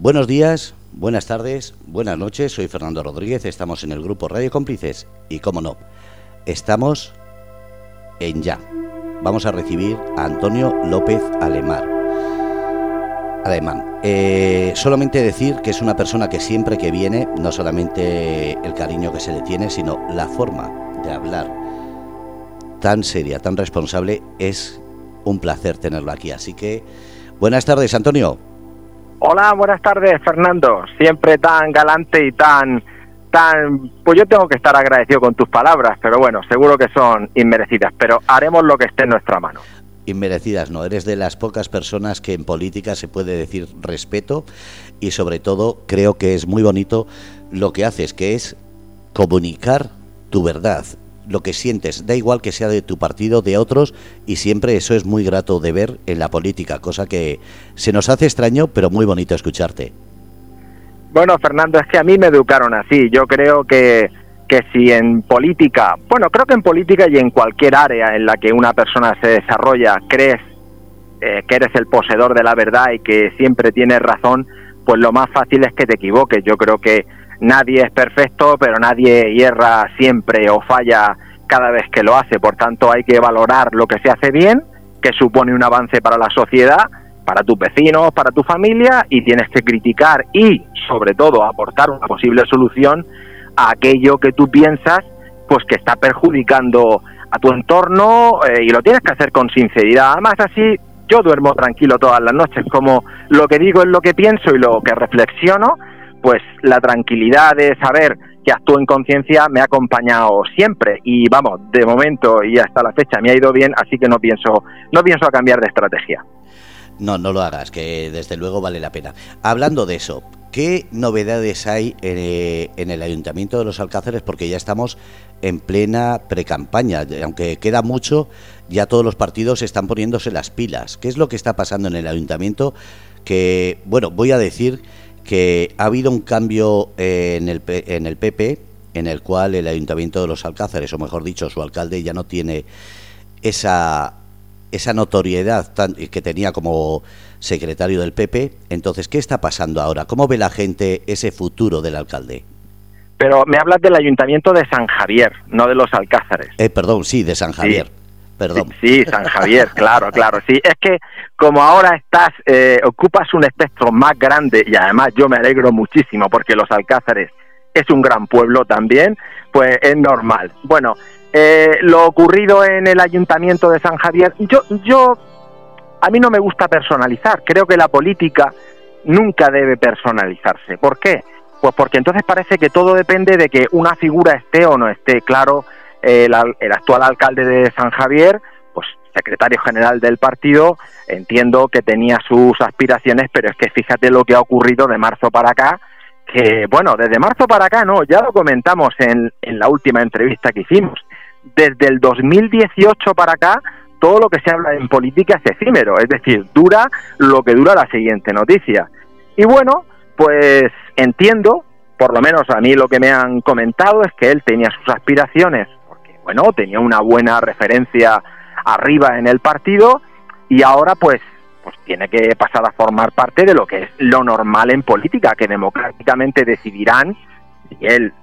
Buenos días, buenas tardes, buenas noches, soy Fernando Rodríguez, estamos en el grupo Radio Cómplices y, cómo no, estamos en Ya. Vamos a recibir a Antonio López Alemán. Solamente decir que es una persona que siempre que viene, no solamente el cariño que se le tiene, sino la forma de hablar tan seria, tan responsable, es un placer tenerlo aquí. Así que, buenas tardes, Antonio. Hola, buenas tardes, Fernando. Siempre tan galante y tan... Pues yo tengo que estar agradecido con tus palabras, pero bueno, seguro que son inmerecidas, pero haremos lo que esté en nuestra mano. Inmerecidas no, eres de las pocas personas que en política se puede decir respeto y sobre todo creo que es muy bonito lo que haces, que es comunicar tu verdad, lo que sientes, da igual que sea de tu partido, de otros, y siempre eso es muy grato de ver en la política, cosa que se nos hace extraño, pero muy bonito escucharte. Bueno, Fernando, es que a mí me educaron así. Yo creo que si en política, bueno, creo que en política y en cualquier área en la que una persona se desarrolla, crees que eres el poseedor de la verdad y que siempre tienes razón, pues lo más fácil es que te equivoques. Yo creo que nadie es perfecto, pero nadie hierra siempre o falla cada vez que lo hace. Por tanto, hay que valorar lo que se hace bien, que supone un avance para la sociedad, para tus vecinos, para tu familia, y tienes que criticar y, sobre todo, aportar una posible solución a aquello que tú piensas pues que está perjudicando a tu entorno, y lo tienes que hacer con sinceridad. Además, así yo duermo tranquilo todas las noches, como lo que digo es lo que pienso y lo que reflexiono, pues la tranquilidad de saber que actúo en conciencia me ha acompañado siempre, y vamos, de momento y hasta la fecha me ha ido bien, así que no pienso a cambiar de estrategia. No lo hagas, que desde luego vale la pena. Hablando de eso, ¿qué novedades hay en el Ayuntamiento de Los Alcázares? Porque ya estamos en plena precampaña, aunque queda mucho, ya todos los partidos están poniéndose las pilas. ¿Qué es lo que está pasando en el Ayuntamiento? Que, bueno, voy a decir que ha habido un cambio en el PP, en el cual el Ayuntamiento de Los Alcázares, o mejor dicho, su alcalde ya no tiene esa notoriedad que tenía como secretario del PP. Entonces, ¿qué está pasando ahora? ¿Cómo ve la gente ese futuro del alcalde? Pero me hablas del Ayuntamiento de San Javier, no de Los Alcázares. Perdón, sí, de San Javier. Sí. Perdón. Sí, San Javier, claro, sí. Es que como ahora ocupas un espectro más grande, y además yo me alegro muchísimo porque Los Alcázares es un gran pueblo también, pues es normal. Bueno, lo ocurrido en el Ayuntamiento de San Javier, a mí no me gusta personalizar. Creo que la política nunca debe personalizarse. ¿Por qué? Pues porque entonces parece que todo depende de que una figura esté o no esté. Claro, el actual alcalde de San Javier, pues secretario general del partido, entiendo que tenía sus aspiraciones, pero es que fíjate lo que ha ocurrido de marzo para acá, que bueno, desde marzo para acá no, ya lo comentamos en la última entrevista que hicimos. Desde el 2018 para acá, todo lo que se habla en política es efímero, es decir, dura lo que dura la siguiente noticia. Y bueno, pues entiendo, por lo menos a mí lo que me han comentado es que él tenía sus aspiraciones, porque bueno, tenía una buena referencia arriba en el partido, y ahora pues tiene que pasar a formar parte de lo que es lo normal en política, que democráticamente decidirán si él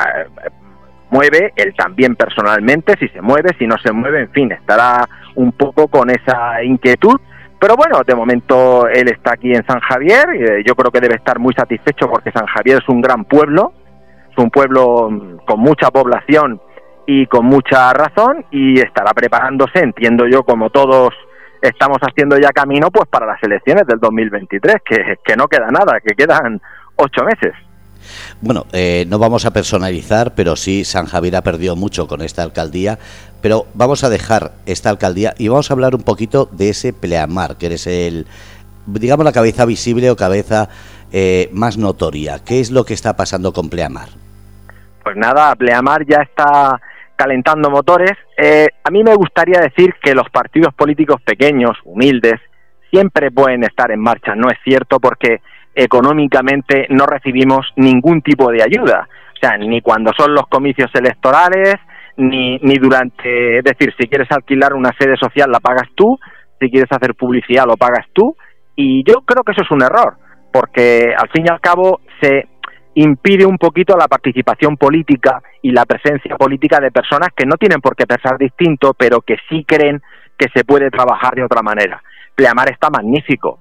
mueve, él también personalmente, si se mueve, si no se mueve, en fin, estará un poco con esa inquietud. Pero bueno, de momento él está aquí en San Javier, yo creo que debe estar muy satisfecho porque San Javier es un gran pueblo, es un pueblo con mucha población y con mucha razón, y estará preparándose, entiendo yo, como todos estamos haciendo ya camino, pues para las elecciones del 2023, que no queda nada, que quedan 8 meses. Bueno, no vamos a personalizar, pero sí, San Javier ha perdido mucho con esta alcaldía, pero vamos a dejar esta alcaldía y vamos a hablar un poquito de ese Pleamar, que eres digamos, la cabeza visible o cabeza más notoria. ¿Qué es lo que está pasando con Pleamar? Pues nada, Pleamar ya está calentando motores. A mí me gustaría decir que los partidos políticos pequeños, humildes, siempre pueden estar en marcha. No es cierto, porque económicamente no recibimos ningún tipo de ayuda. O sea, ni cuando son los comicios electorales, ni durante... Es decir, si quieres alquilar una sede social la pagas tú, si quieres hacer publicidad lo pagas tú, y yo creo que eso es un error, porque al fin y al cabo se impide un poquito la participación política y la presencia política de personas que no tienen por qué pensar distinto, pero que sí creen que se puede trabajar de otra manera. Pleamar está magnífico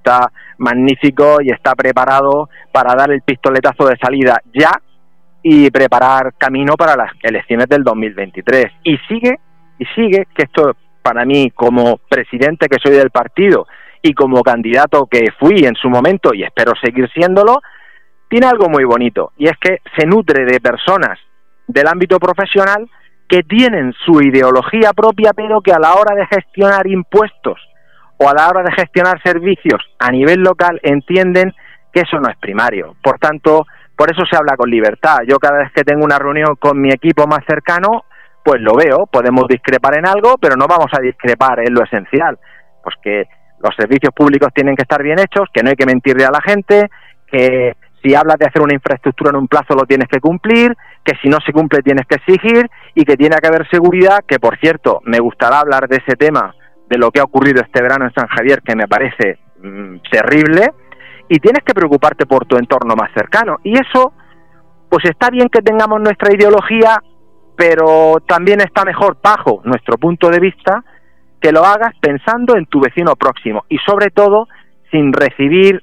y está preparado para dar el pistoletazo de salida ya y preparar camino para las elecciones del 2023. Y sigue, que esto para mí como presidente que soy del partido y como candidato que fui en su momento y espero seguir siéndolo, tiene algo muy bonito, y es que se nutre de personas del ámbito profesional que tienen su ideología propia, pero que a la hora de gestionar impuestos o a la hora de gestionar servicios a nivel local entienden que eso no es primario. Por tanto, por eso se habla con libertad. Yo cada vez que tengo una reunión con mi equipo más cercano, pues lo veo, podemos discrepar en algo, pero no vamos a discrepar en lo esencial. Pues que los servicios públicos tienen que estar bien hechos, que no hay que mentirle a la gente, que si hablas de hacer una infraestructura en un plazo lo tienes que cumplir, que si no se cumple tienes que exigir y que tiene que haber seguridad, que por cierto, me gustará hablar de ese tema, de lo que ha ocurrido este verano en San Javier, que me parece terrible, y tienes que preocuparte por tu entorno más cercano. Y eso, pues está bien que tengamos nuestra ideología, pero también está mejor, bajo nuestro punto de vista, que lo hagas pensando en tu vecino próximo y sobre todo sin recibir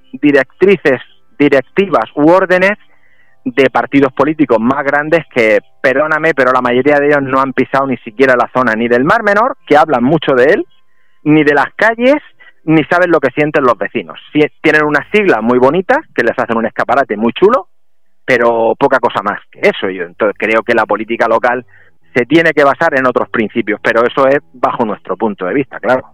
directivas u órdenes de partidos políticos más grandes que, perdóname, pero la mayoría de ellos no han pisado ni siquiera la zona ni del Mar Menor, que hablan mucho de él, ni de las calles, ni saben lo que sienten los vecinos. Tienen unas siglas muy bonitas que les hacen un escaparate muy chulo, pero poca cosa más que eso. Yo entonces creo que la política local se tiene que basar en otros principios, pero eso es bajo nuestro punto de vista, claro.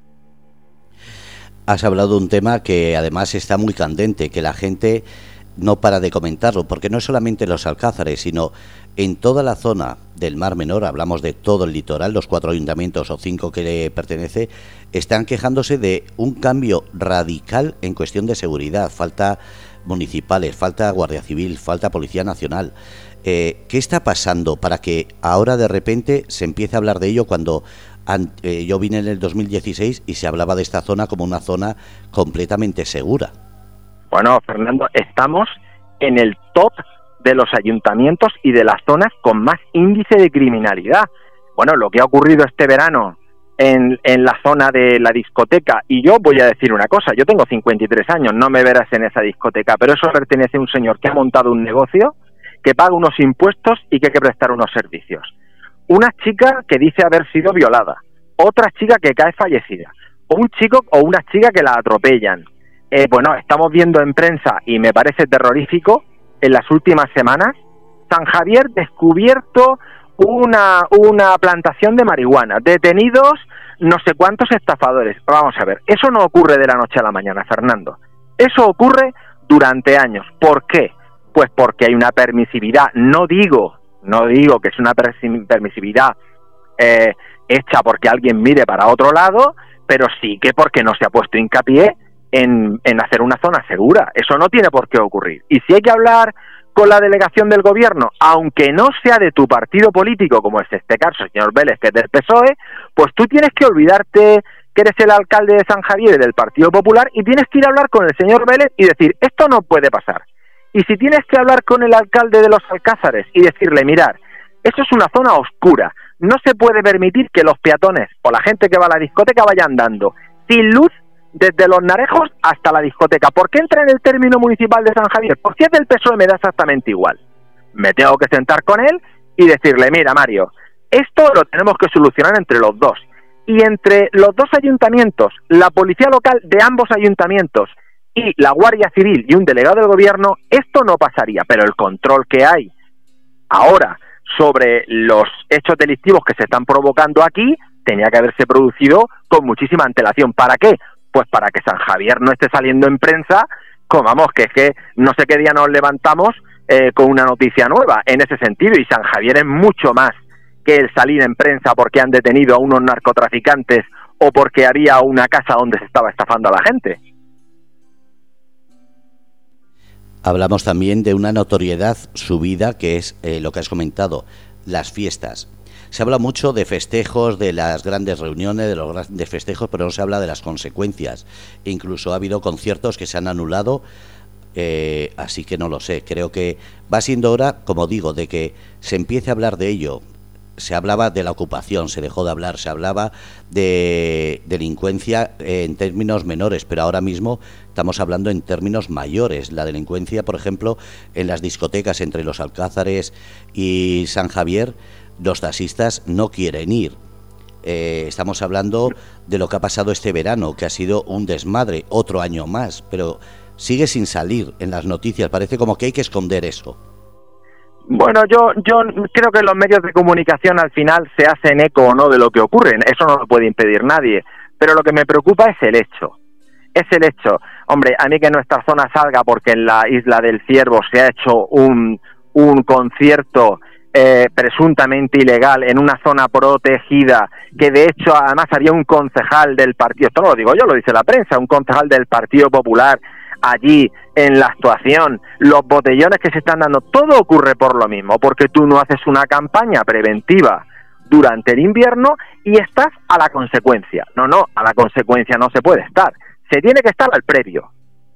Has hablado de un tema que además está muy candente, que la gente no para de comentarlo, porque no es solamente los Alcázares, sino en toda la zona del Mar Menor, hablamos de todo el litoral, los 4 ayuntamientos o 5 que le pertenece, están quejándose de un cambio radical en cuestión de seguridad. Falta municipales, falta Guardia Civil, falta Policía Nacional. ¿Qué está pasando para que ahora de repente se empiece a hablar de ello cuando yo vine en el 2016 y se hablaba de esta zona como una zona completamente segura? Bueno, Fernando, estamos en el top de los ayuntamientos y de las zonas con más índice de criminalidad. Bueno, lo que ha ocurrido este verano en la zona de la discoteca, y yo voy a decir una cosa, yo tengo 53 años, no me verás en esa discoteca, pero eso pertenece a un señor que ha montado un negocio, que paga unos impuestos y que hay que prestar unos servicios. Una chica que dice haber sido violada, otra chica que cae fallecida, o un chico o una chica que la atropellan. Bueno, estamos viendo en prensa, y me parece terrorífico, en las últimas semanas, San Javier descubierto una plantación de marihuana, detenidos no sé cuántos estafadores. Vamos a ver, eso no ocurre de la noche a la mañana, Fernando. Eso ocurre durante años. ¿Por qué? Pues porque hay una permisividad, no digo que es una permisividad hecha porque alguien mire para otro lado, pero sí que porque no se ha puesto hincapié en hacer una zona segura. Eso no tiene por qué ocurrir. Y si hay que hablar con la delegación del gobierno, aunque no sea de tu partido político, como es este caso, señor Vélez, que es del PSOE, pues tú tienes que olvidarte que eres el alcalde de San Javier del Partido Popular y tienes que ir a hablar con el señor Vélez y decir, esto no puede pasar. Y si tienes que hablar con el alcalde de los Alcázares y decirle, mirad, eso es una zona oscura, no se puede permitir que los peatones o la gente que va a la discoteca vaya andando sin luz desde Los Narejos hasta la discoteca. ¿Por qué entra en el término municipal de San Javier? Pues si es del PSOE me da exactamente igual. Me tengo que sentar con él y decirle, mira Mario, esto lo tenemos que solucionar entre los dos. Y entre los dos ayuntamientos, la policía local de ambos ayuntamientos y la Guardia Civil y un delegado del gobierno, esto no pasaría. Pero el control que hay ahora sobre los hechos delictivos que se están provocando aquí tenía que haberse producido con muchísima antelación. ¿Para qué? Pues para que San Javier no esté saliendo en prensa, como vamos, que es que no sé qué día nos levantamos con una noticia nueva en ese sentido, y San Javier es mucho más que el salir en prensa porque han detenido a unos narcotraficantes o porque había una casa donde se estaba estafando a la gente. Hablamos también de una notoriedad subida que es lo que has comentado, las fiestas. Se habla mucho de festejos, de las grandes reuniones, de los grandes festejos, pero no se habla de las consecuencias. Incluso ha habido conciertos que se han anulado Así que no lo sé, creo que va siendo hora, como digo, de que se empiece a hablar de ello. Se hablaba de la ocupación, se dejó de hablar, se hablaba de delincuencia en términos menores, pero ahora mismo estamos hablando en términos mayores. La delincuencia, por ejemplo, en las discotecas entre los Alcázares y San Javier, los taxistas no quieren ir. Estamos hablando de lo que ha pasado este verano, que ha sido un desmadre, otro año más, pero sigue sin salir en las noticias, parece como que hay que esconder eso. Bueno, yo creo que los medios de comunicación al final se hacen eco o no de lo que ocurre, eso no lo puede impedir nadie, pero lo que me preocupa es el hecho. Hombre, a mí que nuestra zona salga porque en la Isla del Ciervo se ha hecho un concierto presuntamente ilegal en una zona protegida, que de hecho además había un concejal del partido, esto no lo digo yo, lo dice la prensa, un concejal del Partido Popular allí en la actuación, los botellones que se están dando, todo ocurre por lo mismo, porque tú no haces una campaña preventiva durante el invierno y estás a la consecuencia. No, a la consecuencia no se puede estar, se tiene que estar al previo.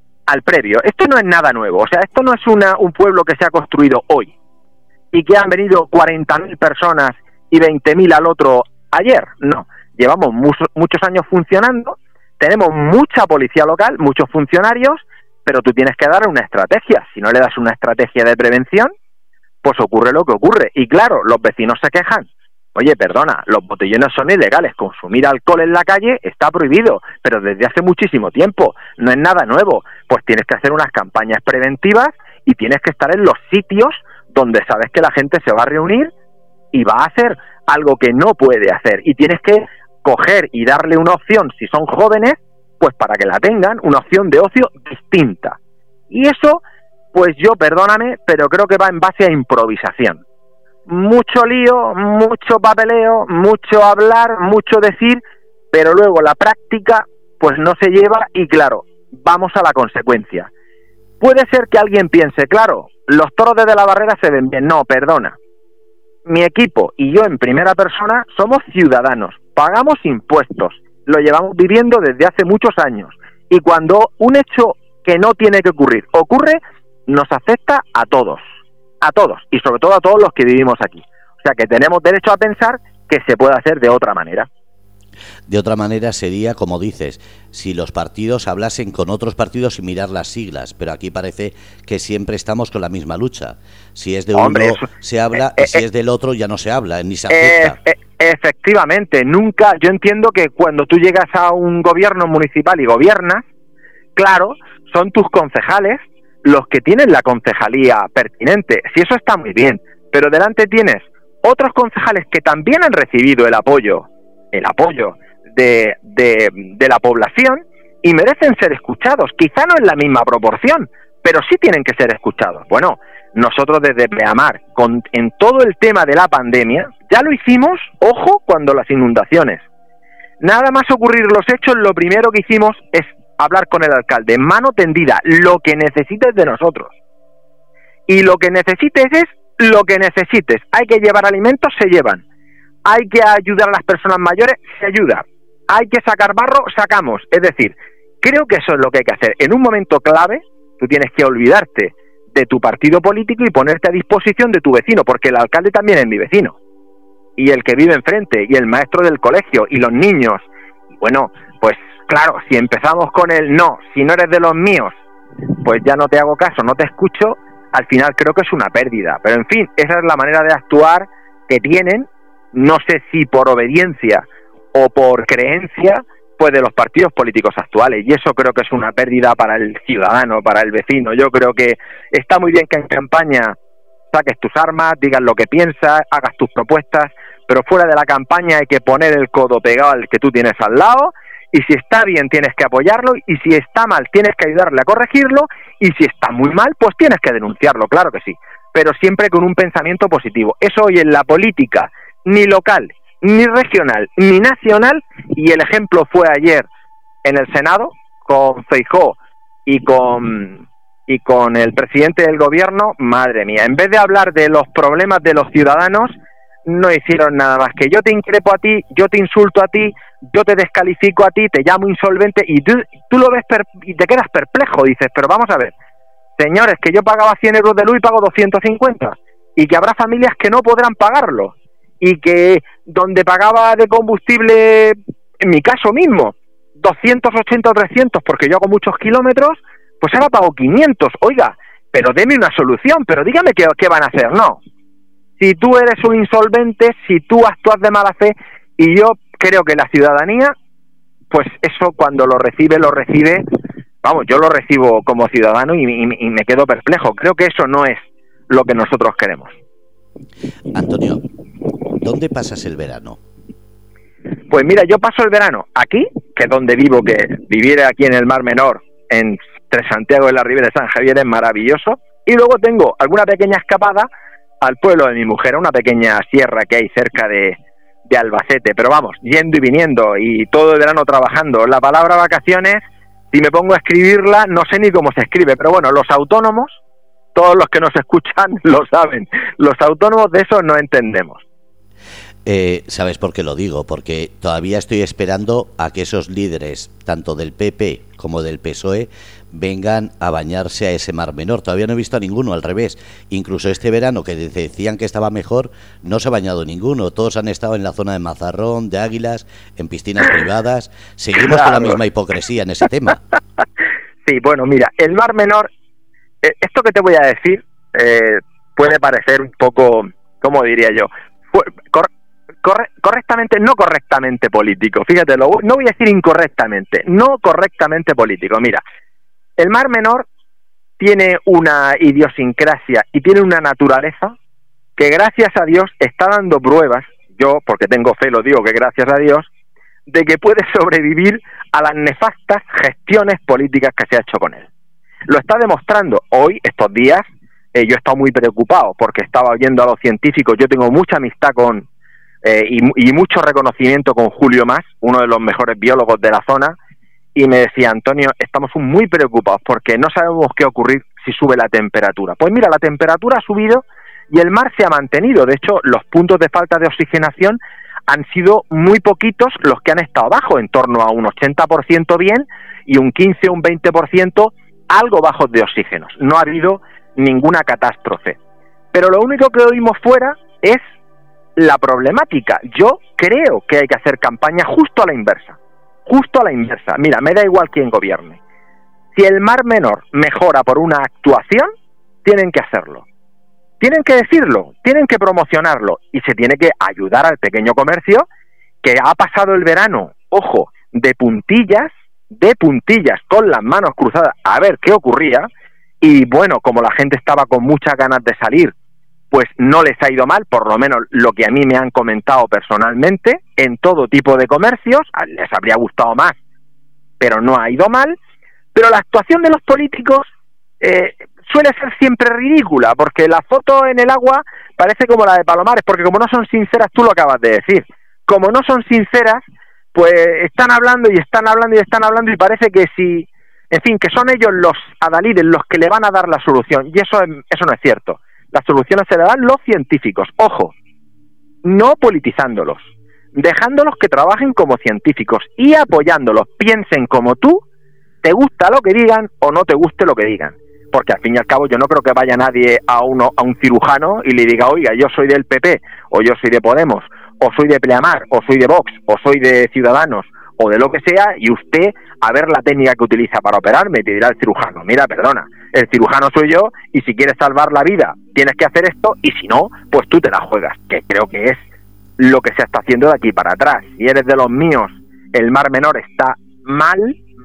Esto no es nada nuevo, o sea, esto no es un pueblo que se ha construido hoy y que han venido 40.000 personas y 20.000 al otro ayer, no, llevamos muchos años funcionando, tenemos mucha policía local, muchos funcionarios, pero tú tienes que dar una estrategia. Si no le das una estrategia de prevención, pues ocurre lo que ocurre. Y claro, los vecinos se quejan. Oye, perdona, los botellones son ilegales, consumir alcohol en la calle está prohibido, pero desde hace muchísimo tiempo, no es nada nuevo. Pues tienes que hacer unas campañas preventivas y tienes que estar en los sitios donde sabes que la gente se va a reunir y va a hacer algo que no puede hacer. Y tienes que coger y darle una opción, si son jóvenes, pues para que la tengan, una opción de ocio distinta. Y eso, pues yo, perdóname, pero creo que va en base a improvisación. Mucho lío, mucho papeleo, mucho hablar, mucho decir, pero luego la práctica, pues no se lleva y claro, vamos a la consecuencia. Puede ser que alguien piense, claro, los toros desde la barrera se ven bien. No, perdona. Mi equipo y yo en primera persona somos ciudadanos, pagamos impuestos, lo llevamos viviendo desde hace muchos años y cuando un hecho que no tiene que ocurrir ocurre, nos afecta a todos y sobre todo a todos los que vivimos aquí. O sea que tenemos derecho a pensar que se puede hacer de otra manera. De otra manera sería, como dices, si los partidos hablasen con otros partidos y mirar las siglas, pero aquí parece que siempre estamos con la misma lucha. Si es de uno se habla y si es del otro ya no se habla, ni se acepta. Efectivamente, nunca, yo entiendo que cuando tú llegas a un gobierno municipal y gobiernas, claro, son tus concejales los que tienen la concejalía pertinente, si eso está muy bien, pero delante tienes otros concejales que también han recibido el apoyo de la población y merecen ser escuchados, quizá no en la misma proporción, pero sí tienen que ser escuchados. Bueno, nosotros desde Pleamar, en todo el tema de la pandemia, ya lo hicimos, ojo, cuando las inundaciones. Nada más ocurrir los hechos, lo primero que hicimos es hablar con el alcalde, mano tendida, lo que necesites de nosotros. Y lo que necesites es lo que necesites. Hay que llevar alimentos, se llevan. Hay que ayudar a las personas mayores, se ayuda. Hay que sacar barro, sacamos. Es decir, creo que eso es lo que hay que hacer. En un momento clave, tú tienes que olvidarte de tu partido político y ponerte a disposición de tu vecino, porque el alcalde también es mi vecino. Y el que vive enfrente, y el maestro del colegio, y los niños. Bueno, pues claro, si empezamos con el no, si no eres de los míos, pues ya no te hago caso, no te escucho, al final creo que es una pérdida. Pero en fin, esa es la manera de actuar que tienen, no sé si por obediencia o por creencia, pues de los partidos políticos actuales, y eso creo que es una pérdida para el ciudadano, para el vecino. Yo creo que está muy bien que en campaña saques tus armas, digas lo que piensas, hagas tus propuestas, pero fuera de la campaña hay que poner el codo pegado al que tú tienes al lado, y si está bien tienes que apoyarlo, y si está mal tienes que ayudarle a corregirlo, y si está muy mal pues tienes que denunciarlo, claro que sí, pero siempre con un pensamiento positivo. Eso hoy en la política, ni local, ni regional, ni nacional, y el ejemplo fue ayer en el Senado con Feijóo y con el presidente del gobierno. Madre mía, en vez de hablar de los problemas de los ciudadanos, no hicieron nada más que yo te increpo a ti, yo te insulto a ti, yo te descalifico a ti, te llamo insolvente, y tú lo ves y te quedas perplejo, dices, pero vamos a ver, señores, que yo pagaba 100 euros de luz y pago 250, y que habrá familias que no podrán pagarlo, y que donde pagaba de combustible, en mi caso mismo, 280 o 300, porque yo hago muchos kilómetros, pues ahora pago 500. Oiga, pero deme una solución, pero dígame qué van a hacer. No, si tú eres un insolvente, si tú actúas de mala fe, y yo creo que la ciudadanía, pues eso cuando lo recibe, vamos, yo lo recibo como ciudadano y me quedo perplejo. Creo que eso no es lo que nosotros queremos. Antonio, ¿dónde pasas el verano? Pues mira, yo paso el verano aquí, que es donde vivo, que vivir aquí en el Mar Menor, entre Santiago de la Ribera de San Javier, es maravilloso, y luego tengo alguna pequeña escapada al pueblo de mi mujer, una pequeña sierra que hay cerca de Albacete, pero vamos, yendo y viniendo, y todo el verano trabajando. La palabra vacaciones, si me pongo a escribirla, no sé ni cómo se escribe, pero bueno, los autónomos, todos los que nos escuchan lo saben, los autónomos de eso no entendemos. ¿Sabes por qué lo digo? Porque todavía estoy esperando a que esos líderes, tanto del PP como del PSOE, vengan a bañarse a ese Mar Menor. Todavía no he visto a ninguno, al revés. Incluso este verano, que decían que estaba mejor, no se ha bañado ninguno. Todos han estado en la zona de Mazarrón, de Águilas, en piscinas privadas. Seguimos con la misma hipocresía en ese tema. Sí, bueno, mira, el Mar Menor, esto que te voy a decir, puede parecer un poco, ¿cómo diría yo? Correctamente, no correctamente político. Fíjate, no voy a decir incorrectamente, no correctamente político. Mira, el Mar Menor tiene una idiosincrasia y tiene una naturaleza que gracias a Dios está dando pruebas, yo porque tengo fe lo digo que gracias a Dios, de que puede sobrevivir a las nefastas gestiones políticas que se ha hecho con él. Lo está demostrando hoy, estos días. Yo he estado muy preocupado porque estaba oyendo a los científicos. Yo tengo mucha amistad con y mucho reconocimiento con Julio Mas, uno de los mejores biólogos de la zona, y me decía: Antonio, estamos muy preocupados porque no sabemos qué ocurrir si sube la temperatura. Pues mira, la temperatura ha subido y el mar se ha mantenido. De hecho, los puntos de falta de oxigenación han sido muy poquitos los que han estado abajo, en torno a un 80% bien y un 15 o un 20% algo bajos de oxígenos. No ha habido ninguna catástrofe. Pero lo único que oímos fuera es la problemática. Yo creo que hay que hacer campaña justo a la inversa. Justo a la inversa. Mira, me da igual quién gobierne. Si el Mar Menor mejora por una actuación, tienen que hacerlo. Tienen que decirlo, tienen que promocionarlo y se tiene que ayudar al pequeño comercio que ha pasado el verano, ojo, de puntillas, con las manos cruzadas a ver qué ocurría. Y bueno, como la gente estaba con muchas ganas de salir, pues no les ha ido mal, por lo menos lo que a mí me han comentado personalmente, en todo tipo de comercios. Les habría gustado más, pero no ha ido mal. Pero la actuación de los políticos suele ser siempre ridícula, porque la foto en el agua parece como la de Palomares, porque como no son sinceras, tú lo acabas de decir, como no son sinceras, pues están hablando y parece que si, en fin, que son ellos los adalides los que le van a dar la solución, y eso no es cierto. Las soluciones se le dan los científicos, ojo, no politizándolos, dejándolos que trabajen como científicos y apoyándolos, piensen como tú, te gusta lo que digan o no te guste lo que digan. Porque al fin y al cabo yo no creo que vaya nadie a un cirujano y le diga: oiga, yo soy del PP, o yo soy de Podemos, o soy de Pleamar, o soy de Vox, o soy de Ciudadanos, o de lo que sea, y usted a ver la técnica que utiliza para operarme, te dirá el cirujano: mira, perdona, el cirujano soy yo, y si quieres salvar la vida tienes que hacer esto, y si no, pues tú te la juegas, que creo que es lo que se está haciendo de aquí para atrás. Si eres de los míos, el Mar Menor está mal.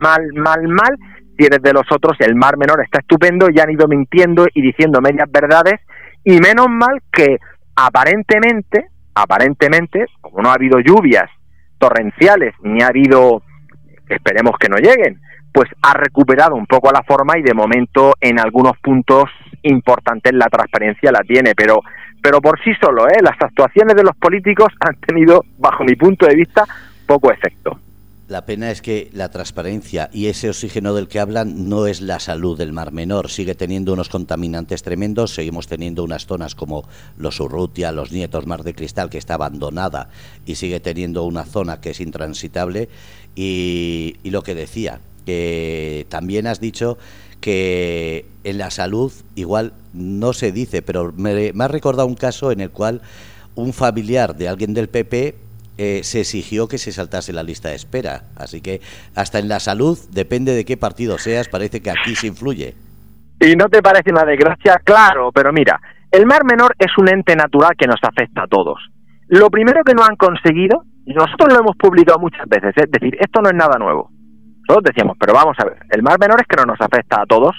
Si eres de los otros, el Mar Menor está estupendo, y han ido mintiendo y diciendo medias verdades, y menos mal que aparentemente, como no ha habido lluvias torrenciales, ni ha habido, esperemos que no lleguen, pues ha recuperado un poco la forma, y de momento en algunos puntos importantes la transparencia la tiene, pero por sí solo, las actuaciones de los políticos han tenido, bajo mi punto de vista, poco efecto. La pena es que la transparencia y ese oxígeno del que hablan no es la salud del Mar Menor. Sigue teniendo unos contaminantes tremendos. Seguimos teniendo unas zonas como los Urrutia, los Nietos, Mar de Cristal, que está abandonada y sigue teniendo una zona que es intransitable. Y lo que decía, que también has dicho que en la salud igual no se dice, pero me ha recordado un caso en el cual un familiar de alguien del PP se exigió que se saltase la lista de espera. Así que hasta en la salud, depende de qué partido seas, parece que aquí se influye. ¿Y no te parece una desgracia? Claro, pero mira, el Mar Menor es un ente natural que nos afecta a todos. Lo primero que no han conseguido, y nosotros lo hemos publicado muchas veces, es decir, esto no es nada nuevo. Nosotros decíamos, pero vamos a ver, el Mar Menor es que no nos afecta a todos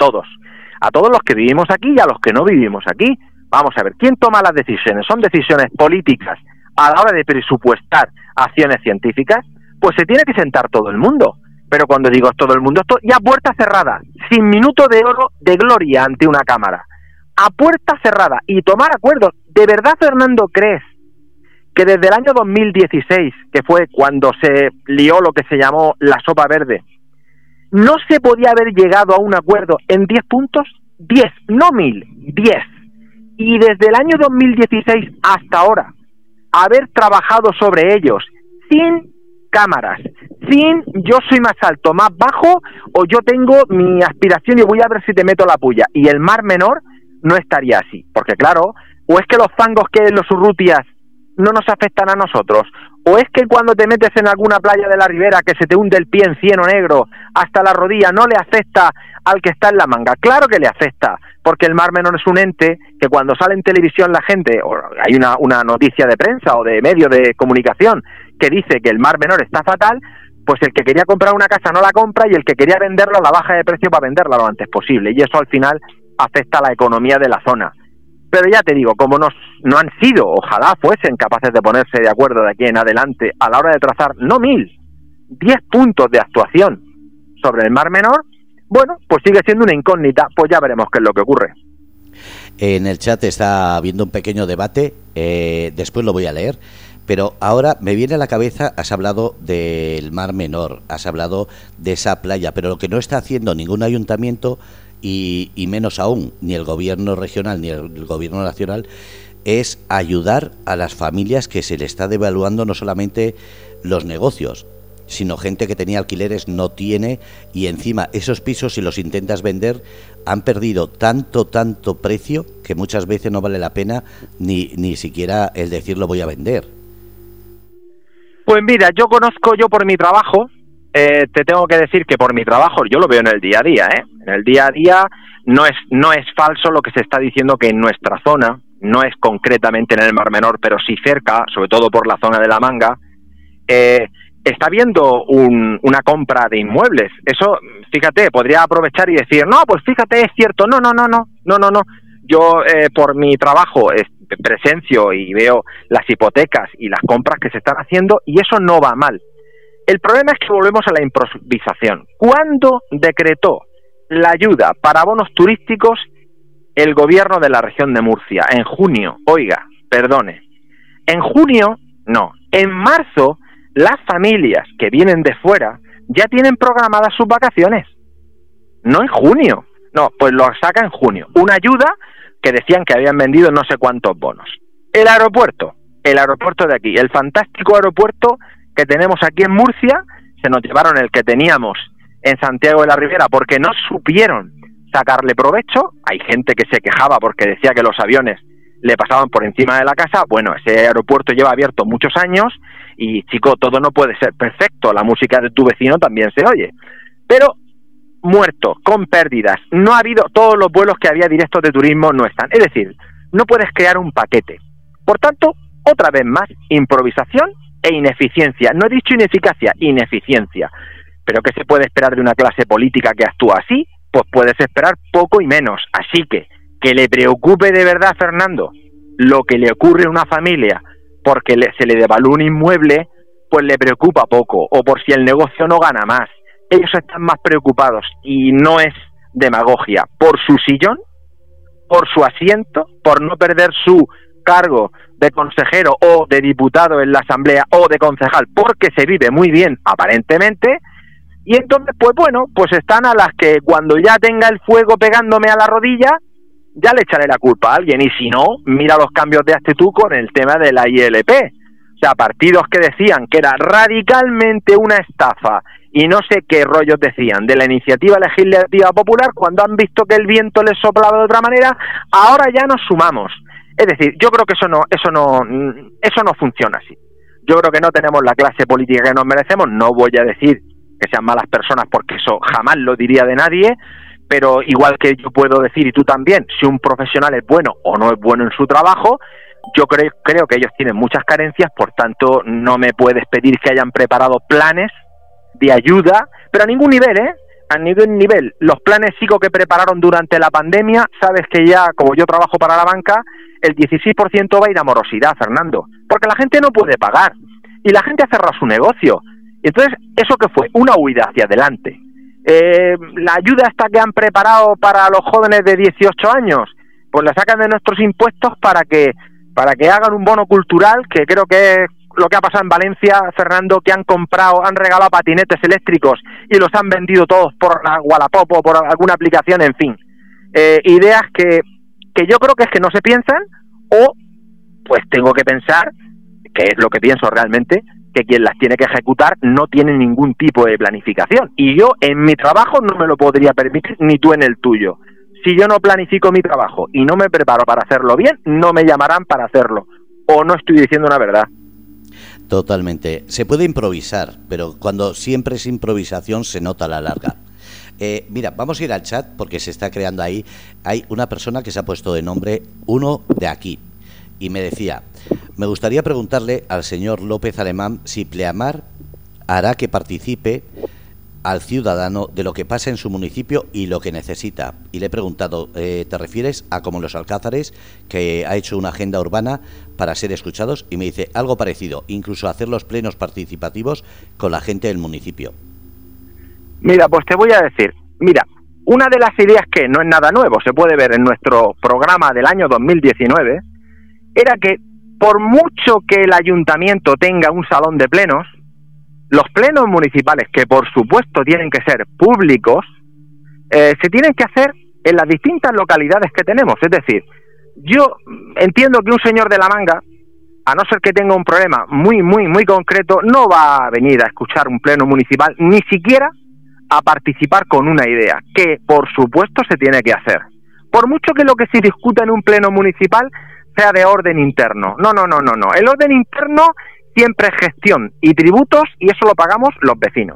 los que vivimos aquí y a los que no vivimos aquí. Vamos a ver, ¿quién toma las decisiones? ¿Son decisiones políticas a la hora de presupuestar acciones científicas? Pues se tiene que sentar todo el mundo. Pero cuando digo todo el mundo, esto ya a puerta cerrada, sin minuto de oro de gloria ante una cámara. A puerta cerrada y tomar acuerdos. ¿De verdad, Fernando, crees que desde el año 2016, que fue cuando se lió lo que se llamó la sopa verde, no se podía haber llegado a un acuerdo en 10 puntos? 10, no 1000, 10. Y desde el año 2016 hasta ahora, haber trabajado sobre ellos sin cámaras, sin yo soy más alto, más bajo, o yo tengo mi aspiración y voy a ver si te meto la puya. Y el Mar Menor no estaría así, porque claro, o es que los fangos que en los Urrutias no nos afectan a nosotros, o es que cuando te metes en alguna playa de la ribera que se te hunde el pie en cieno negro hasta la rodilla no le afecta al que está en la manga. Claro que le afecta, porque el Mar Menor es un ente que cuando sale en televisión la gente, o hay una noticia de prensa o de medio de comunicación que dice que el Mar Menor está fatal, pues el que quería comprar una casa no la compra y el que quería venderla la baja de precio para venderla lo antes posible, y eso al final afecta a la economía de la zona. Pero ya te digo, como no han sido, ojalá fuesen capaces de ponerse de acuerdo de aquí en adelante a la hora de trazar, no 1000, 10 puntos de actuación sobre el Mar Menor, bueno, pues sigue siendo una incógnita, pues ya veremos qué es lo que ocurre. En el chat está habiendo un pequeño debate, después lo voy a leer, pero ahora me viene a la cabeza, has hablado del Mar Menor, has hablado de esa playa, pero lo que no está haciendo ningún ayuntamiento, y menos aún, ni el gobierno regional ni el gobierno nacional, es ayudar a las familias que se le está devaluando no solamente los negocios, sino gente que tenía alquileres no tiene, y encima esos pisos, si los intentas vender, han perdido tanto precio que muchas veces no vale la pena ni siquiera el decir lo voy a vender. Pues mira, yo por mi trabajo, te tengo que decir que por mi trabajo, yo lo veo en el día a día, en el día a día no es falso lo que se está diciendo, que en nuestra zona, no es concretamente en el Mar Menor, pero sí cerca, sobre todo por la zona de La Manga, está habiendo una compra de inmuebles. Eso, fíjate, podría aprovechar y decir, no, pues fíjate, es cierto, no. Yo por mi trabajo presencio y veo las hipotecas y las compras que se están haciendo, y eso no va mal. El problema es que volvemos a la improvisación. ¿Cuándo decretó la ayuda para bonos turísticos el gobierno de la región de Murcia? En junio, oiga, perdone. En junio, no. En marzo, las familias que vienen de fuera ya tienen programadas sus vacaciones. No en junio. No, pues lo saca en junio. Una ayuda que decían que habían vendido no sé cuántos bonos. El aeropuerto de aquí, el fantástico aeropuerto que tenemos aquí en Murcia, se nos llevaron el que teníamos en Santiago de la Ribera porque no supieron sacarle provecho. Hay gente que se quejaba porque decía que los aviones le pasaban por encima de la casa. Bueno, ese aeropuerto lleva abierto muchos años y, chico, todo no puede ser perfecto. La música de tu vecino también se oye. Pero muerto, con pérdidas, no ha habido, todos los vuelos que había directos de turismo no están. Es decir, no puedes crear un paquete. Por tanto, otra vez más, improvisación e ineficiencia. No he dicho ineficacia, ineficiencia. ¿Pero qué se puede esperar de una clase política que actúa así? Pues puedes esperar poco y menos. Así que le preocupe de verdad, Fernando, lo que le ocurre a una familia porque se le devalúa un inmueble, pues le preocupa poco, o por si el negocio no gana más. Ellos están más preocupados, y no es demagogia, por su sillón, por su asiento, por no perder su cargo de consejero o de diputado en la asamblea o de concejal, porque se vive muy bien aparentemente. Y entonces, pues bueno, pues están a las que cuando ya tenga el fuego pegándome a la rodilla, ya le echaré la culpa a alguien. Y si no, mira los cambios de actitud con el tema de la ILP. O sea, partidos que decían que era radicalmente una estafa y no sé qué rollos decían de la iniciativa legislativa popular cuando han visto que el viento les soplaba de otra manera, ahora ya nos sumamos. Es decir, yo creo que eso no funciona así. Yo creo que no tenemos la clase política que nos merecemos. No voy a decir que sean malas personas porque eso jamás lo diría de nadie, pero igual que yo puedo decir, y tú también, si un profesional es bueno o no es bueno en su trabajo, yo creo que ellos tienen muchas carencias, por tanto no me puedes pedir que hayan preparado planes de ayuda, pero a ningún nivel, a ningún nivel. Los planes psico que prepararon durante la pandemia, sabes que ya, como yo trabajo para la banca, el 16% va a ir a morosidad, Fernando, porque la gente no puede pagar y la gente ha cerrado su negocio. Entonces, ¿eso qué fue? Una huida hacia adelante. La ayuda esta que han preparado para los jóvenes de 18 años, pues la sacan de nuestros impuestos para que hagan un bono cultural, que creo que es lo que ha pasado en Valencia, Fernando, que han regalado patinetes eléctricos y los han vendido todos por la Wallapop o por alguna aplicación, en fin. Ideas que yo creo que es que no se piensan, o pues tengo que pensar, que es lo que pienso realmente, que quien las tiene que ejecutar no tiene ningún tipo de planificación. Y yo en mi trabajo no me lo podría permitir, ni tú en el tuyo. Si yo no planifico mi trabajo y no me preparo para hacerlo bien, no me llamarán para hacerlo. O no estoy diciendo una verdad. Totalmente. Se puede improvisar, pero cuando siempre es improvisación se nota a la larga. Mira, vamos a ir al chat porque se está creando ahí. Hay una persona que se ha puesto de nombre Uno de Aquí y me decía: me gustaría preguntarle al señor López Alemán si Pleamar hará que participe al ciudadano de lo que pasa en su municipio y lo que necesita. Y le he preguntado, ¿te refieres a como los Alcázares, que ha hecho una agenda urbana para ser escuchados? Y me dice algo parecido, incluso hacer los plenos participativos con la gente del municipio. Mira, pues te voy a decir, una de las ideas que no es nada nuevo, se puede ver en nuestro programa del año 2019, era que por mucho que el ayuntamiento tenga un salón de plenos, los plenos municipales, que por supuesto tienen que ser públicos, se tienen que hacer en las distintas localidades que tenemos. Es decir, yo entiendo que un señor de La Manga, a no ser que tenga un problema muy, muy, muy concreto, no va a venir a escuchar un pleno municipal, ni siquiera a participar con una idea, que por supuesto se tiene que hacer. Por mucho que lo que se discuta en un pleno municipal sea de orden interno. No. El orden interno siempre es gestión y tributos, y eso lo pagamos los vecinos.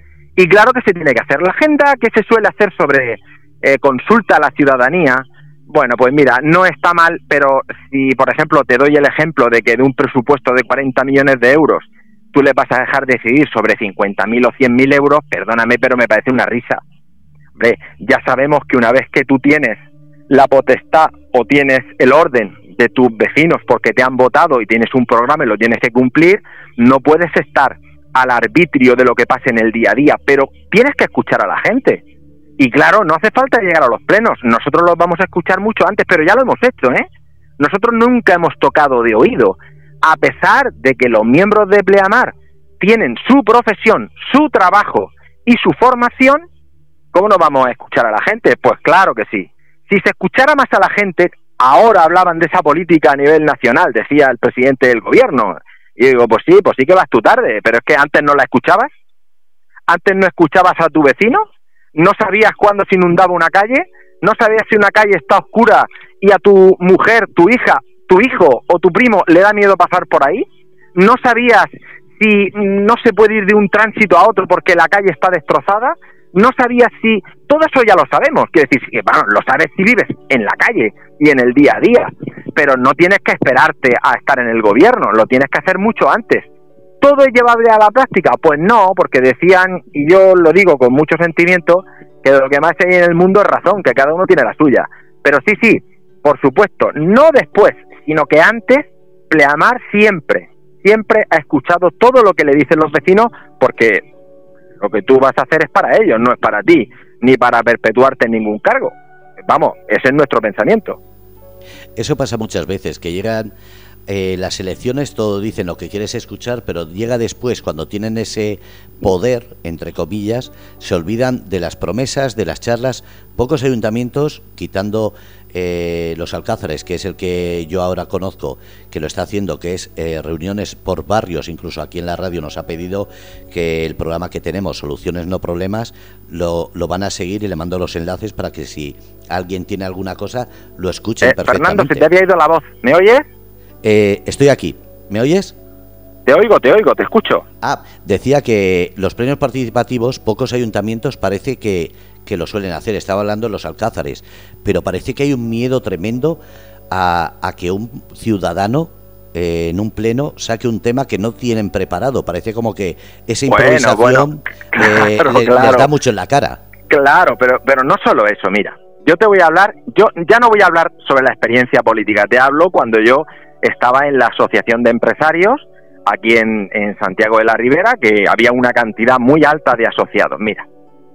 Y claro que se tiene que hacer. La agenda que se suele hacer sobre consulta a la ciudadanía, bueno, pues mira, no está mal, pero si, por ejemplo, te doy el ejemplo de que de un presupuesto de 40 millones de euros tú le vas a dejar decidir sobre 50.000 o 100.000 euros, perdóname, pero me parece una risa. Hombre, ya sabemos que una vez que tú tienes la potestad o tienes el orden de tus vecinos porque te han votado y tienes un programa y lo tienes que cumplir, no puedes estar al arbitrio de lo que pase en el día a día, pero tienes que escuchar a la gente. Y claro, no hace falta llegar a los plenos, nosotros los vamos a escuchar mucho antes, pero ya lo hemos hecho, Nosotros nunca hemos tocado de oído, a pesar de que los miembros de Pleamar tienen su profesión, su trabajo y su formación. ¿Cómo no vamos a escuchar a la gente? Pues claro que sí. Si se escuchara más a la gente, ahora hablaban de esa política a nivel nacional, decía el presidente del gobierno. Y digo, pues sí que vas tú tarde, pero es que antes no la escuchabas. Antes no escuchabas a tu vecino, no sabías cuándo se inundaba una calle, no sabías si una calle está oscura y a tu mujer, tu hija, tu hijo o tu primo le da miedo pasar por ahí, no sabías si no se puede ir de un tránsito a otro porque la calle está destrozada, no sabías si... Todo eso ya lo sabemos, quiere decir, que bueno, lo sabes si vives en la calle y en el día a día, pero no tienes que esperarte a estar en el gobierno, lo tienes que hacer mucho antes. ¿Todo es llevable a la práctica? Pues no, porque decían, y yo lo digo con mucho sentimiento, que lo que más hay en el mundo es razón, que cada uno tiene la suya. Pero sí, por supuesto, no después, sino que antes, Pleamar siempre ha escuchado todo lo que le dicen los vecinos, porque lo que tú vas a hacer es para ellos, no es para ti, ni para perpetuarte en ningún cargo. Vamos, ese es nuestro pensamiento. Eso pasa muchas veces, que llegan las elecciones todo dicen lo que quieres escuchar, pero llega después, cuando tienen ese poder, entre comillas, se olvidan de las promesas, de las charlas. Pocos ayuntamientos, quitando los Alcázares, que es el que yo ahora conozco, que lo está haciendo, que es reuniones por barrios. Incluso aquí en la radio nos ha pedido que el programa que tenemos, Soluciones no Problemas, lo van a seguir, y le mando los enlaces para que si alguien tiene alguna cosa lo escuche perfectamente. Fernando, se te había ido la voz, ¿me oyes? Estoy aquí, ¿me oyes? Te oigo, te escucho. Decía que los plenos participativos, pocos ayuntamientos parece que lo suelen hacer. Estaba hablando de los Alcázares, pero parece que hay un miedo tremendo a que un ciudadano en un pleno saque un tema que no tienen preparado. Parece como que esa improvisación les da mucho en la cara. Claro, pero no solo eso, mira. Yo te voy a hablar, yo ya no voy a hablar sobre la experiencia política, te hablo cuando yo estaba en la Asociación de Empresarios, aquí en Santiago de la Ribera, que había una cantidad muy alta de asociados. Mira,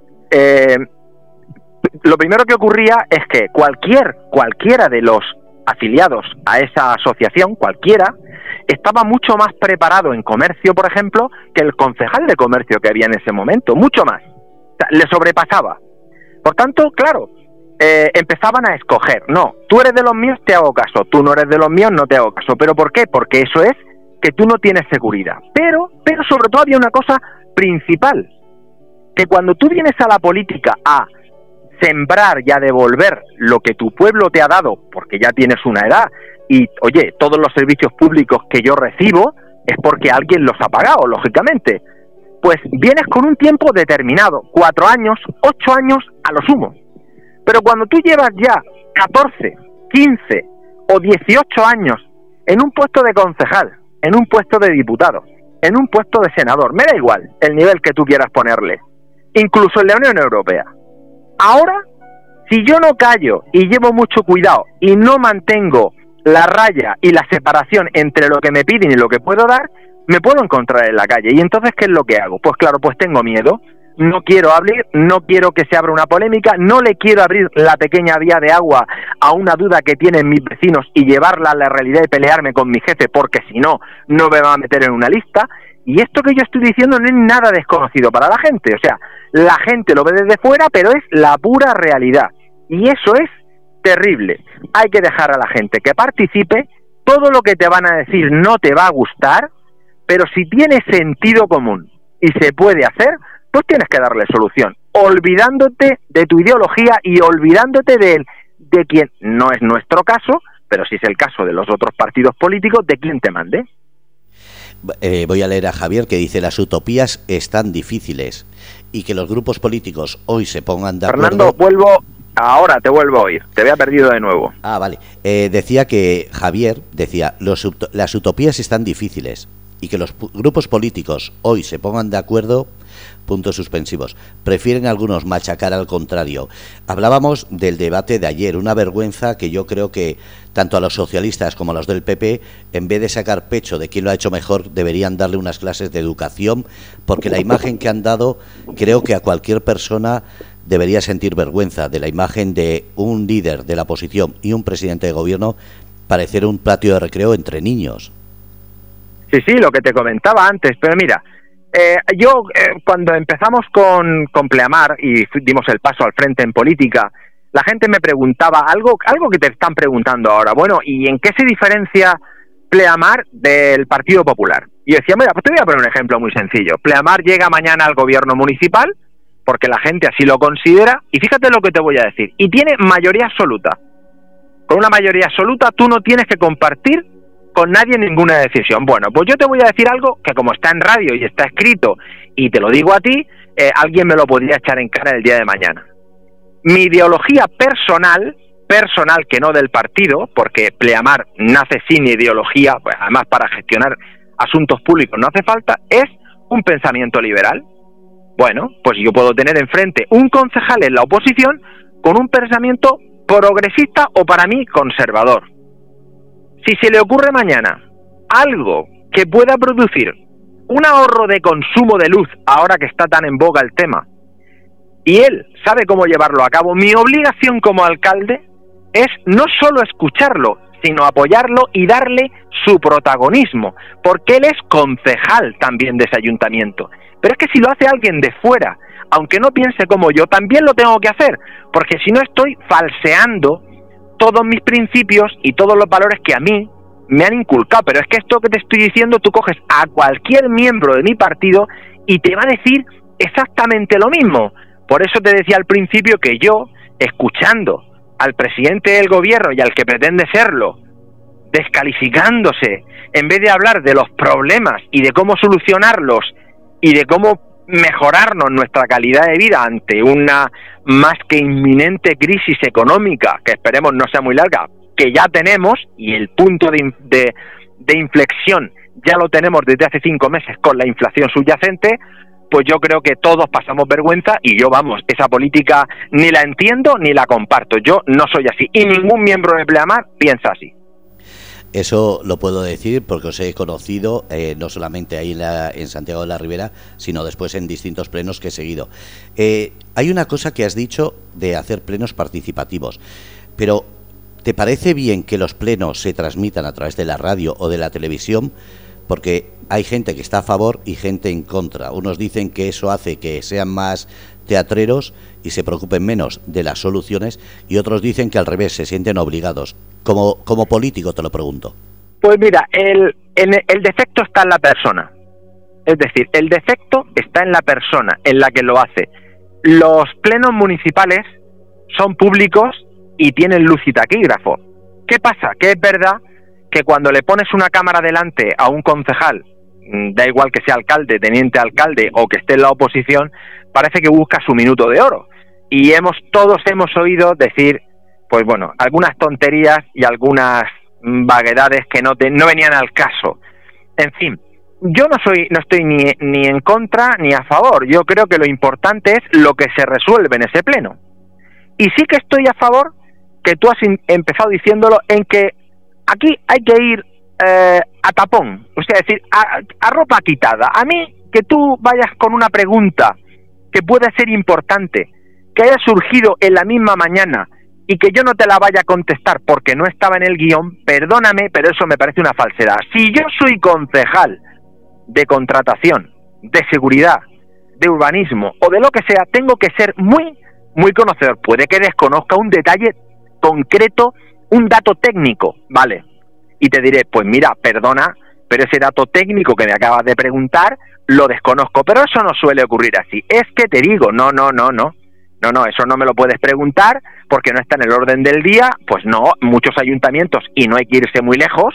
lo primero que ocurría es que cualquiera de los afiliados a esa asociación, cualquiera, estaba mucho más preparado en comercio, por ejemplo, que el concejal de comercio que había en ese momento, mucho más. O sea, le sobrepasaba. Por tanto, claro, empezaban a escoger. No, tú eres de los míos, te hago caso. Tú no eres de los míos, no te hago caso. ¿Pero por qué? Porque eso es que tú no tienes seguridad. Pero sobre todo había una cosa principal, que cuando tú vienes a la política a sembrar y a devolver lo que tu pueblo te ha dado, porque ya tienes una edad, y oye, todos los servicios públicos que yo recibo es porque alguien los ha pagado, lógicamente, pues vienes con un tiempo determinado, 4 años, 8 años a lo sumo. Pero cuando tú llevas ya 14, 15 o 18 años en un puesto de concejal, en un puesto de diputado, en un puesto de senador, me da igual el nivel que tú quieras ponerle, incluso en la Unión Europea. Ahora, si yo no callo y llevo mucho cuidado y no mantengo la raya y la separación entre lo que me piden y lo que puedo dar, me puedo encontrar en la calle. ¿Y entonces qué es lo que hago? Pues claro, pues tengo miedo. No quiero abrir, no quiero que se abra una polémica, no le quiero abrir la pequeña vía de agua a una duda que tienen mis vecinos y llevarla a la realidad y pelearme con mi jefe, porque si no, no me va a meter en una lista. Y esto que yo estoy diciendo no es nada desconocido para la gente, o sea, la gente lo ve desde fuera, pero es la pura realidad. Y eso es terrible. Hay que dejar a la gente que participe, todo lo que te van a decir no te va a gustar, pero si tiene sentido común y se puede hacer, pues tienes que darle solución, olvidándote de tu ideología y olvidándote de quien, no es nuestro caso, pero sí es el caso de los otros partidos políticos, de quien te mande. Voy a leer a Javier, que dice: las utopías están difíciles y que los grupos políticos hoy se pongan de acuerdo. Fernando, ahora te vuelvo a oír, te había perdido de nuevo. Vale. Decía que Javier decía: las utopías están difíciles y que los grupos políticos hoy se pongan de acuerdo, puntos suspensivos. Prefieren algunos machacar al contrario. Hablábamos del debate de ayer, una vergüenza que yo creo que tanto a los socialistas como a los del PP, en vez de sacar pecho de quién lo ha hecho mejor, deberían darle unas clases de educación, porque la imagen que han dado, creo que a cualquier persona debería sentir vergüenza de la imagen de un líder de la oposición y un presidente de gobierno parecer un patio de recreo entre niños. Sí, lo que te comentaba antes, pero mira, yo cuando empezamos con Pleamar y dimos el paso al frente en política, la gente me preguntaba algo que te están preguntando ahora, bueno, ¿y en qué se diferencia Pleamar del Partido Popular? Y yo decía, mira, pues te voy a poner un ejemplo muy sencillo. Pleamar llega mañana al gobierno municipal, porque la gente así lo considera, y fíjate lo que te voy a decir, y tiene mayoría absoluta. Con una mayoría absoluta tú no tienes que compartir con nadie ninguna decisión. Bueno, pues yo te voy a decir algo que, como está en radio y está escrito, y te lo digo a ti, alguien me lo podría echar en cara el día de mañana. Mi ideología personal que no del partido, porque Pleamar nace sin ideología, pues además para gestionar asuntos públicos no hace falta, es un pensamiento liberal. Bueno, pues yo puedo tener enfrente un concejal en la oposición con un pensamiento progresista o, para mí, conservador. Si se le ocurre mañana algo que pueda producir un ahorro de consumo de luz, ahora que está tan en boga el tema, y él sabe cómo llevarlo a cabo, mi obligación como alcalde es no solo escucharlo, sino apoyarlo y darle su protagonismo, porque él es concejal también de ese ayuntamiento. Pero es que si lo hace alguien de fuera, aunque no piense como yo, también lo tengo que hacer, porque si no estoy falseando todos mis principios y todos los valores que a mí me han inculcado. Pero es que esto que te estoy diciendo, tú coges a cualquier miembro de mi partido y te va a decir exactamente lo mismo. Por eso te decía al principio que yo, escuchando al presidente del gobierno y al que pretende serlo, descalificándose, en vez de hablar de los problemas y de cómo solucionarlos y de cómo mejorarnos nuestra calidad de vida ante una más que inminente crisis económica, que esperemos no sea muy larga, que ya tenemos, y el punto de inflexión ya lo tenemos desde hace 5 meses con la inflación subyacente, pues yo creo que todos pasamos vergüenza y yo, vamos, esa política ni la entiendo ni la comparto. Yo no soy así y ningún miembro de Pleamar piensa así. Eso lo puedo decir porque os he conocido no solamente ahí en Santiago de la Ribera, sino después en distintos plenos que he seguido. Hay una cosa que has dicho de hacer plenos participativos, pero ¿te parece bien que los plenos se transmitan a través de la radio o de la televisión? Porque hay gente que está a favor y gente en contra. Unos dicen que eso hace que sean más teatreros y se preocupen menos de las soluciones, y otros dicen que al revés, se sienten obligados. Como político te lo pregunto. Pues mira, el defecto está en la persona. Es decir, el defecto está en la persona, en la que lo hace. Los plenos municipales son públicos y tienen luz y taquígrafo. ¿Qué pasa? Que es verdad que cuando le pones una cámara delante a un concejal, da igual que sea alcalde, teniente alcalde o que esté en la oposición, parece que busca su minuto de oro. Y todos hemos oído decir, pues bueno, algunas tonterías y algunas vaguedades que no venían al caso. En fin, yo no estoy ni en contra ni a favor. Yo creo que lo importante es lo que se resuelve en ese pleno. Y sí que estoy a favor, que tú has empezado diciéndolo, en que aquí hay que ir a tapón, o sea, es decir, a ropa quitada. A mí, que tú vayas con una pregunta que pueda ser importante, que haya surgido en la misma mañana y que yo no te la vaya a contestar porque no estaba en el guión, perdóname, pero eso me parece una falsedad. Si yo soy concejal de contratación, de seguridad, de urbanismo o de lo que sea, tengo que ser muy, muy conocedor. Puede que desconozca un detalle concreto, un dato técnico, ¿vale? Y te diré, pues mira, perdona, pero ese dato técnico que me acabas de preguntar lo desconozco, pero eso no suele ocurrir así. Es que te digo, no, eso no me lo puedes preguntar porque no está en el orden del día. Pues no, muchos ayuntamientos, y no hay que irse muy lejos,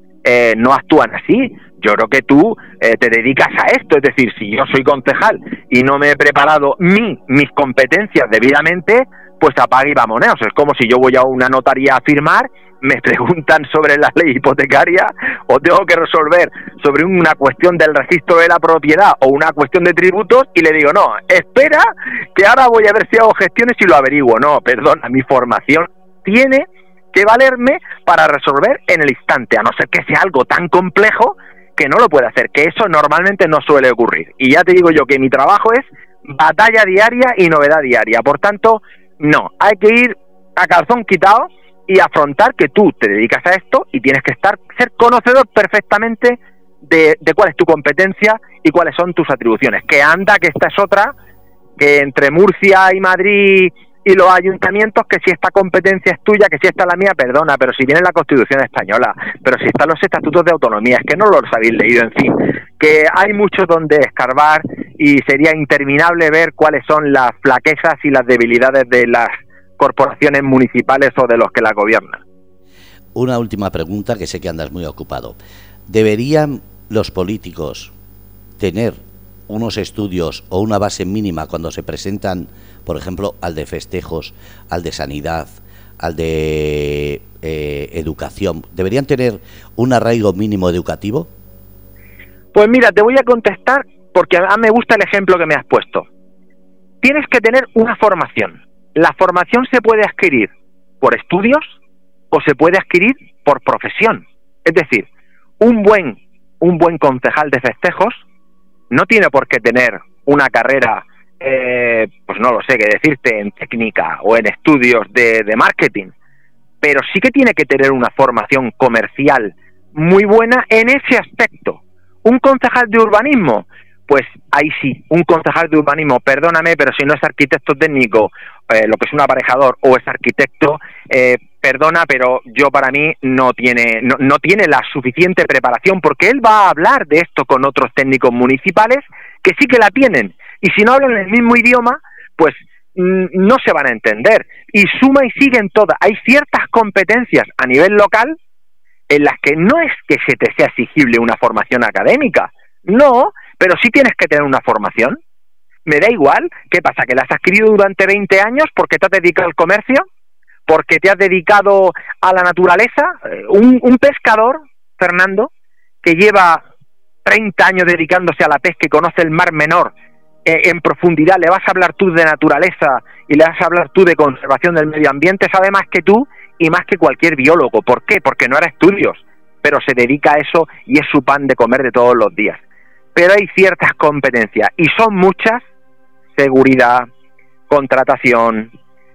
no actúan así. Yo creo que tú te dedicas a esto, es decir, si yo soy concejal y no me he preparado mis competencias debidamente, pues apague y vamoneos. Es como si yo voy a una notaría a firmar, me preguntan sobre la ley hipotecaria o tengo que resolver sobre una cuestión del registro de la propiedad o una cuestión de tributos y le digo, no, espera, que ahora voy a ver si hago gestiones y lo averiguo. No, perdona, mi formación tiene que valerme para resolver en el instante, a no ser que sea algo tan complejo que no lo puede hacer, que eso normalmente no suele ocurrir. Y ya te digo yo que mi trabajo es batalla diaria y novedad diaria. Por tanto, no, hay que ir a calzón quitado y afrontar que tú te dedicas a esto y tienes que ser conocedor perfectamente de cuál es tu competencia y cuáles son tus atribuciones. Que anda, que esta es otra, que entre Murcia y Madrid y los ayuntamientos, que si esta competencia es tuya, que si esta es la mía, perdona, pero si viene la Constitución española, pero si están los estatutos de autonomía, es que no los habéis leído, en fin, que hay mucho donde escarbar y sería interminable ver cuáles son las flaquezas y las debilidades de las corporaciones municipales o de los que la gobiernan. Una última pregunta, que sé que andas muy ocupado. ¿Deberían los políticos tener unos estudios o una base mínima cuando se presentan, por ejemplo, al de festejos, al de sanidad, al de educación? ¿Deberían tener un arraigo mínimo educativo? Pues mira, te voy a contestar porque a mí me gusta el ejemplo que me has puesto. Tienes que tener una formación. La formación se puede adquirir por estudios o se puede adquirir por profesión. Es decir, un buen concejal de festejos no tiene por qué tener una carrera, pues no lo sé qué decirte, en técnica o en estudios de marketing. pero sí que tiene que tener una formación comercial muy buena en ese aspecto. Un concejal de urbanismo, pues ahí sí, un concejal de urbanismo, perdóname, pero si no es arquitecto técnico, lo que es un aparejador, o es arquitecto, perdona, pero yo para mí no tiene la suficiente preparación, porque él va a hablar de esto con otros técnicos municipales que sí que la tienen, y si no hablan el mismo idioma, pues no se van a entender, y suma y sigue en todas. Hay ciertas competencias a nivel local en las que no es que se te sea exigible una formación académica, no, pero sí tienes que tener una formación. Me da igual, ¿qué pasa? ¿Que la has adquirido durante 20 años porque te has dedicado al comercio? ¿Porque te has dedicado a la naturaleza? Un pescador, Fernando, que lleva 30 años dedicándose a la pesca y conoce el Mar Menor en profundidad, le vas a hablar tú de naturaleza y le vas a hablar tú de conservación del medio ambiente, sabe más que tú y más que cualquier biólogo. ¿Por qué? Porque no hará estudios, pero se dedica a eso y es su pan de comer de todos los días. Pero hay ciertas competencias, y son muchas: seguridad, contratación,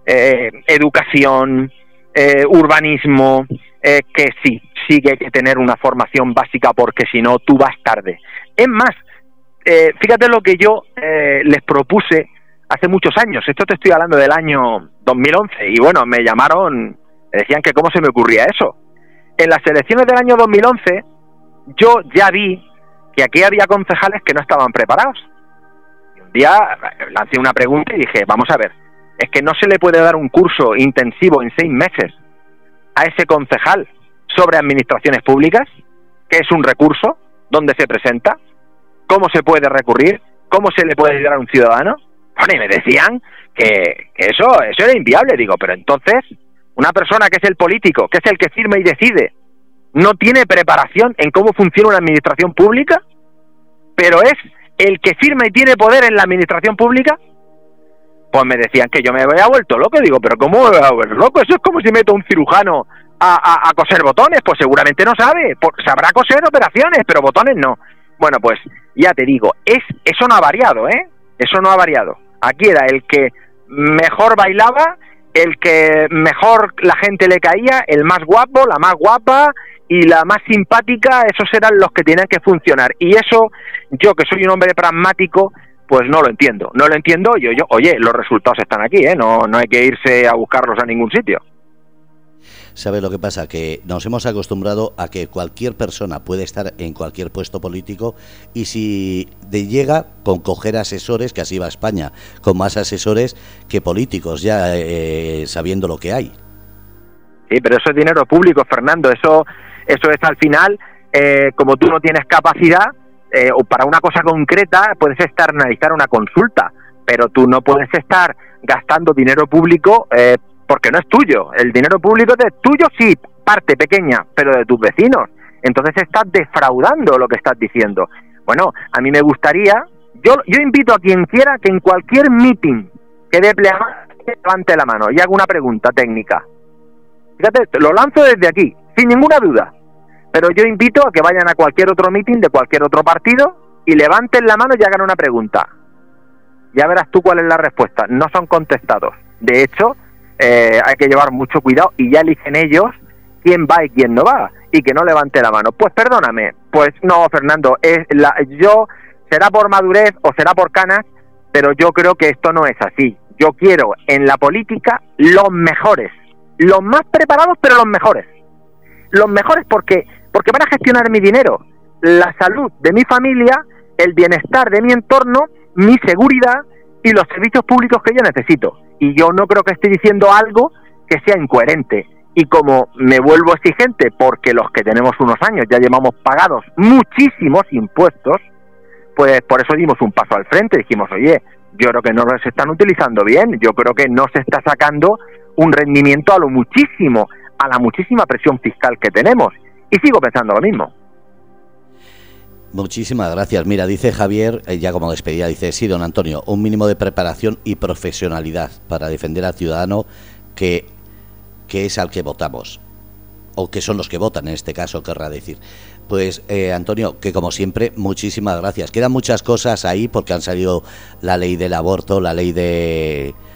educación, urbanismo, que sí que hay que tener una formación básica, porque si no, tú vas tarde. Es más, fíjate lo que yo les propuse hace muchos años, esto te estoy hablando del año 2011, y bueno, me llamaron, me decían que cómo se me ocurría eso. En las elecciones del año 2011, yo ya vi que aquí había concejales que no estaban preparados. Y un día lancé una pregunta y dije, vamos a ver, es que no se le puede dar un curso intensivo en 6 meses a ese concejal sobre administraciones públicas, que es un recurso, dónde se presenta, cómo se puede recurrir, cómo se le puede ayudar a un ciudadano. Bueno, y me decían que eso era inviable. Digo, pero entonces, una persona que es el político, que es el que firma y decide, no tiene preparación en cómo funciona una administración pública, pero es el que firma y tiene poder en la administración pública. Pues me decían que yo me había vuelto loco. Digo, pero ¿cómo me voy a volver loco? Eso es como si meto a un cirujano a coser botones. Pues seguramente no sabe, sabrá coser operaciones, pero botones no. Bueno, pues ya te digo, eso no ha variado, eso no ha variado. Aquí era el que mejor bailaba, el que mejor la gente le caía, el más guapo, la más guapa y la más simpática. Esos eran los que tenían que funcionar, y eso, yo que soy un hombre pragmático, pues no lo entiendo. Yo, oye, los resultados están aquí, no hay que irse a buscarlos a ningún sitio. ¿Sabes lo que pasa? Que nos hemos acostumbrado a que cualquier persona puede estar en cualquier puesto político, y si llega con coger asesores, que así va España, con más asesores que políticos, ya sabiendo lo que hay. Sí, pero eso es dinero público, Fernando. Eso es al final, como tú no tienes capacidad, o para una cosa concreta puedes externalizar una consulta, pero tú no puedes estar gastando dinero público porque no es tuyo. El dinero público es tuyo, sí, parte pequeña, pero de tus vecinos. Entonces estás defraudando lo que estás diciendo. Bueno, a mí me gustaría, yo invito a quien quiera que en cualquier meeting que dé plenaria levante la mano y haga una pregunta técnica. Fíjate, lo lanzo desde aquí, sin ninguna duda. Pero yo invito a que vayan a cualquier otro meeting de cualquier otro partido y levanten la mano y hagan una pregunta. Ya verás tú cuál es la respuesta. No son contestados. De hecho, hay que llevar mucho cuidado, y ya eligen ellos quién va y quién no va, y que no levante la mano. Pues perdóname, pues no, Fernando, yo será por madurez o será por canas, pero yo creo que esto no es así. Yo quiero en la política los mejores, los más preparados, pero los mejores. Los mejores porque van a gestionar mi dinero, la salud de mi familia, el bienestar de mi entorno, mi seguridad y los servicios públicos que yo necesito. Y yo no creo que esté diciendo algo que sea incoherente. Y como me vuelvo exigente, porque los que tenemos unos años ya llevamos pagados muchísimos impuestos, pues por eso dimos un paso al frente. Dijimos, oye, yo creo que no se están utilizando bien, yo creo que no se está sacando un rendimiento a la muchísima presión fiscal que tenemos. Y sigo pensando lo mismo. Muchísimas gracias. Mira, dice Javier, ya como despedida, dice, sí, don Antonio, un mínimo de preparación y profesionalidad para defender al ciudadano que es al que votamos, o que son los que votan, en este caso, querrá decir. Pues, Antonio, que como siempre, muchísimas gracias. Quedan muchas cosas ahí, porque han salido la ley del aborto, la ley de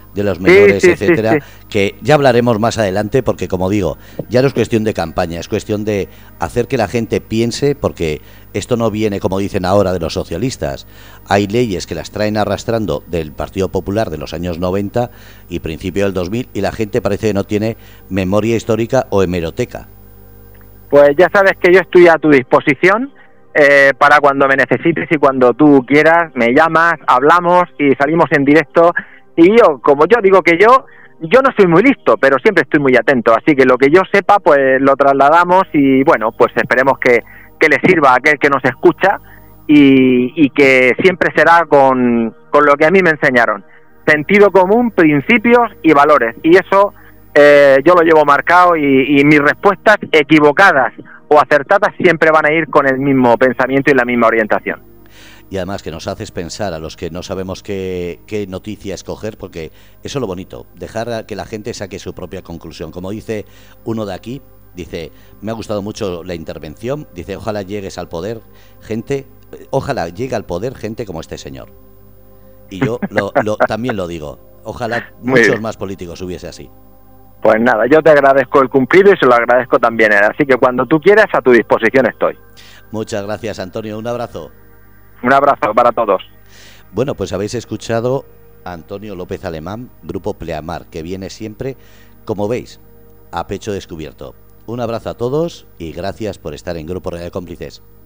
de los menores, sí, etcétera, sí. que ya hablaremos más adelante, porque como digo, ya no es cuestión de campaña, es cuestión de hacer que la gente piense, porque esto no viene, como dicen ahora, de los socialistas. Hay leyes que las traen arrastrando del Partido Popular de los años 90 y principio del 2000, y la gente parece que no tiene memoria histórica o hemeroteca. Pues ya sabes que yo estoy a tu disposición para cuando me necesites y cuando tú quieras, me llamas, hablamos y salimos en directo. Y yo, como yo digo que yo no soy muy listo, pero siempre estoy muy atento. Así que lo que yo sepa, pues lo trasladamos y bueno, pues esperemos que le sirva a aquel que nos escucha y que siempre será con lo que a mí me enseñaron. Sentido común, principios y valores. Y eso yo lo llevo marcado y mis respuestas equivocadas o acertadas siempre van a ir con el mismo pensamiento y la misma orientación. Y además que nos haces pensar a los que no sabemos qué noticia escoger, porque eso es lo bonito, dejar a que la gente saque su propia conclusión. Como dice uno de aquí, dice, me ha gustado mucho la intervención, dice, ojalá llegues al poder, gente, ojalá llegue al poder gente como este señor. Y yo también lo digo, ojalá muchos más políticos hubiese así. Pues nada, yo te agradezco el cumplido y se lo agradezco también a él. Así que cuando tú quieras, a tu disposición estoy. Muchas gracias, Antonio. Un abrazo. Un abrazo para todos. Bueno, pues habéis escuchado a Antonio López Alemán, Grupo Pleamar, que viene siempre, como veis, a pecho descubierto. Un abrazo a todos y gracias por estar en Grupo Real de Cómplices.